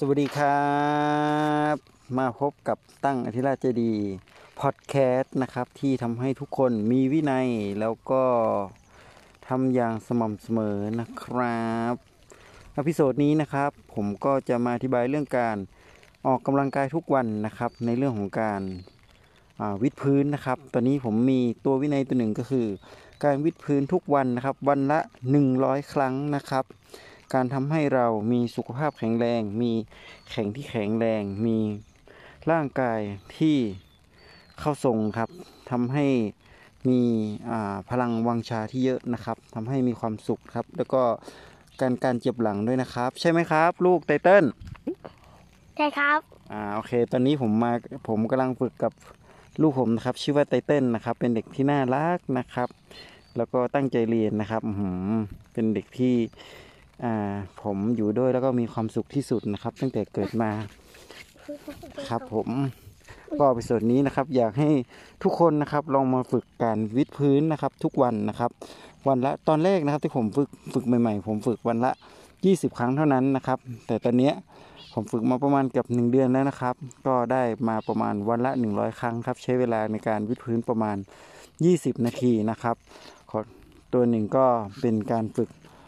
สวัสดีครับมาพบกับตั้งอธิราชเจดีย์พอดแคสต์นะครับที่ทำให้ทุกคนมีวินัยแล้วก็ทำอย่างสม่ำเสมอนะครับอพิโซดนี้นะครับผมก็จะมาอธิบายเรื่องการออกกำลังกายทุกวันนะครับในเรื่องของการวิดพื้นนะครับตอนนี้ผมมีตัววินัยตัวหนึ่งก็คือการวิดพื้นทุกวันนะครับวันละ100 ครั้งนะครับการทำให้เรามีสุขภาพแข็งแรงมีแข็งที่แข็งแรงมีร่างกายที่เข้าทรงครับทำให้มีพลังวังชาที่เยอะนะครับทำให้มีความสุขครับแล้วก็การเจ็บหลังด้วยนะครับใช่ไหมครับลูกไตเติ้ลใช่ครับโอเคตอนนี้ผมกำลังฝึกกับลูกผมนะครับชื่อว่าไตเติ้ลนะครับเป็นเด็กที่น่ารักนะครับแล้วก็ตั้งใจเรียนนะครับเป็นเด็กที่ผมอยู่ด้วยแล้วก็มีความสุขที่สุดนะครับตั้งแต่เกิดมาครับผมก็ในส่วนนี้นะครับอยากให้ทุกคนนะครับลองมาฝึกการวิดพื้นนะครับทุกวันนะครับวันละตอนแรกนะครับที่ผมฝึกใหม่ๆผมฝึกวันละ20 ครั้งเท่านั้นนะครับแต่ตอนนี้ผมฝึกมาประมาณเกือบ1 เดือนแล้วนะครับก็ได้มาประมาณวันละ100 ครั้งครับใช้เวลาในการวิดพื้นประมาณ20 นาทีนะครับตัวหนึ่งก็เป็นการฝึก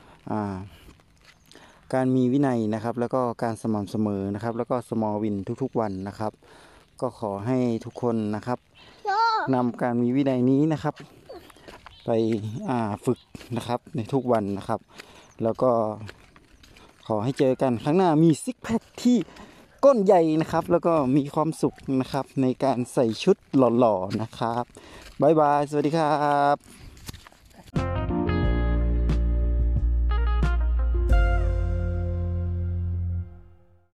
การมีวินัยนะครับแล้วก็การสม่ำเสมอนะครับแล้วก็ small win ทุกๆวันนะครับก็ขอให้ทุกคนนะครับนำการมีวินัยนี้นะครับไปฝึกนะครับในทุกวันนะครับแล้วก็ขอให้เจอกันครั้งหน้ามีซิกแพคที่ก้นใหญ่นะครับแล้วก็มีความสุขนะครับในการใส่ชุดหล่อๆนะครับบ๊ายบายสวัสดีครับ